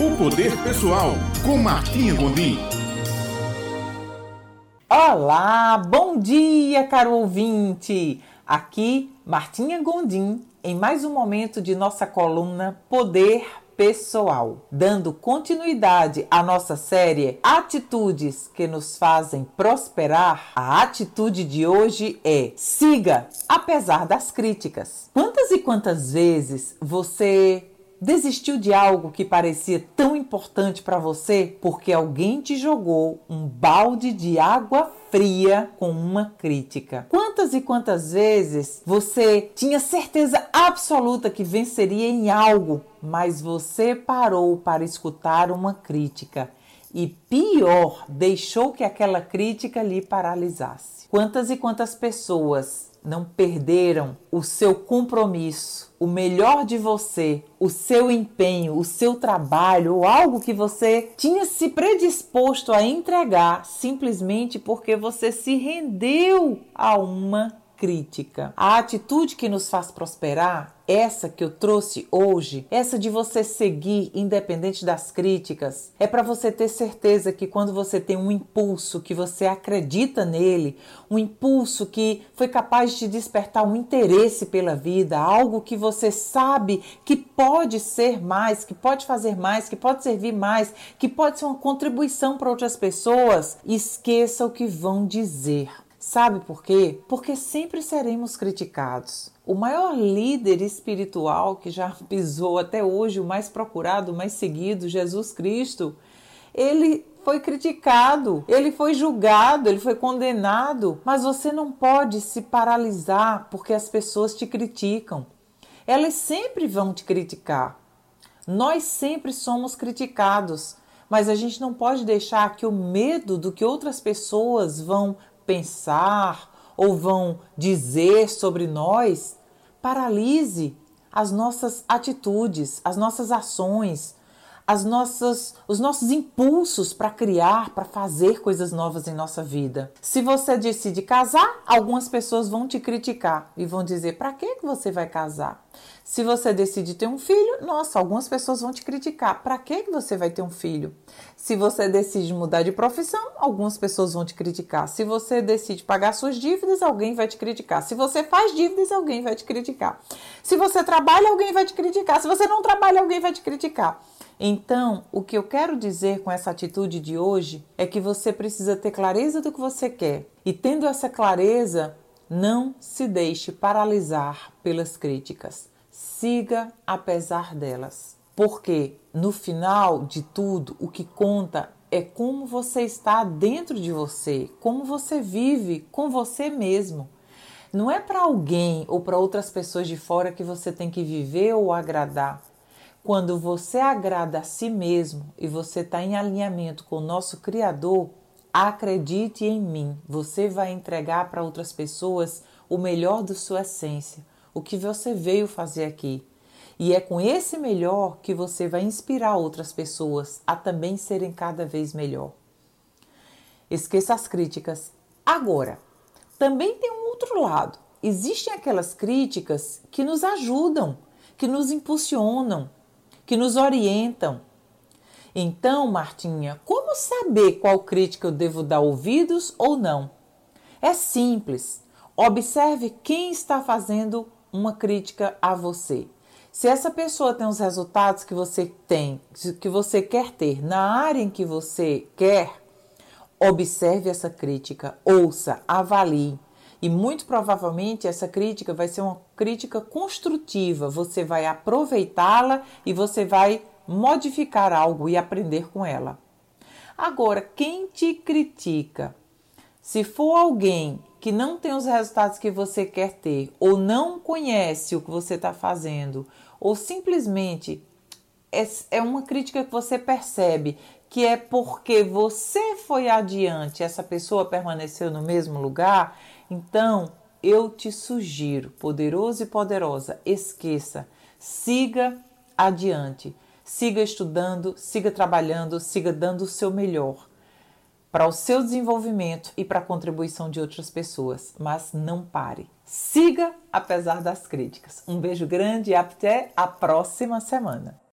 O Poder Pessoal, com Martinha Gondim. Olá, bom dia, caro ouvinte! Aqui, Martinha Gondim, em mais um momento de nossa coluna Poder Pessoal, dando continuidade à nossa série Atitudes que nos fazem prosperar. A atitude de hoje é: siga, apesar das críticas. Quantas e quantas vezes você desistiu de algo que parecia tão importante para você porque alguém te jogou um balde de água fria com uma crítica? Quantas e quantas vezes você tinha certeza absoluta que venceria em algo, mas você parou para escutar uma crítica e, pior, deixou que aquela crítica lhe paralisasse? Quantas e quantas pessoas não perderam o seu compromisso, o melhor de você, o seu empenho, o seu trabalho, ou algo que você tinha se predisposto a entregar simplesmente porque você se rendeu a uma crítica? A atitude que nos faz prosperar, essa que eu trouxe hoje, essa de você seguir independente das críticas, é para você ter certeza que quando você tem um impulso, que você acredita nele, um impulso que foi capaz de te despertar um interesse pela vida, algo que você sabe que pode ser mais, que pode fazer mais, que pode servir mais, que pode ser uma contribuição para outras pessoas, esqueça o que vão dizer. Sabe por quê? Porque sempre seremos criticados. O maior líder espiritual que já pisou até hoje, o mais procurado, o mais seguido, Jesus Cristo, ele foi criticado, ele foi julgado, ele foi condenado. Mas você não pode se paralisar porque as pessoas te criticam. Elas sempre vão te criticar. Nós sempre somos criticados, mas a gente não pode deixar que o medo do que outras pessoas vão pensar ou vão dizer sobre nós paralise as nossas atitudes, as nossas ações, os nossos impulsos para criar, para fazer coisas novas em nossa vida. Se você decide casar, algumas pessoas vão te criticar e vão dizer: para que você vai casar? Se você decide ter um filho, nossa, algumas pessoas vão te criticar. Para que você vai ter um filho? Se você decide mudar de profissão, algumas pessoas vão te criticar. Se você decide pagar suas dívidas, alguém vai te criticar. Se você faz dívidas, alguém vai te criticar. Se você trabalha, alguém vai te criticar. Se você não trabalha, alguém vai te criticar. Então, o que eu quero dizer com essa atitude de hoje é que você precisa ter clareza do que você quer. E tendo essa clareza, não se deixe paralisar pelas críticas. Siga apesar delas. Porque no final de tudo, o que conta é como você está dentro de você, como você vive com você mesmo. Não é para alguém ou para outras pessoas de fora que você tem que viver ou agradar. Quando você agrada a si mesmo e você está em alinhamento com o nosso Criador, acredite em mim, você vai entregar para outras pessoas o melhor da sua essência, o que você veio fazer aqui. E é com esse melhor que você vai inspirar outras pessoas a também serem cada vez melhor. Esqueça as críticas. Agora, também tem um outro lado. Existem aquelas críticas que nos ajudam, que nos impulsionam, que nos orientam. Então, Martinha, como saber qual crítica eu devo dar ouvidos ou não? É simples. Observe quem está fazendo uma crítica a você. Se essa pessoa tem os resultados que você tem, que você quer ter na área em que você quer, observe essa crítica, ouça, avalie. E muito provavelmente essa crítica vai ser uma crítica construtiva. Você vai aproveitá-la e você vai modificar algo e aprender com ela. Agora, quem te critica, se for alguém que não tem os resultados que você quer ter, ou não conhece o que você está fazendo, ou simplesmente é uma crítica que você percebe que é porque você foi adiante, essa pessoa permaneceu no mesmo lugar, então eu te sugiro, poderoso e poderosa, esqueça, siga adiante, siga estudando, siga trabalhando, siga dando o seu melhor para o seu desenvolvimento e para a contribuição de outras pessoas, mas não pare. Siga apesar das críticas. Um beijo grande e até a próxima semana.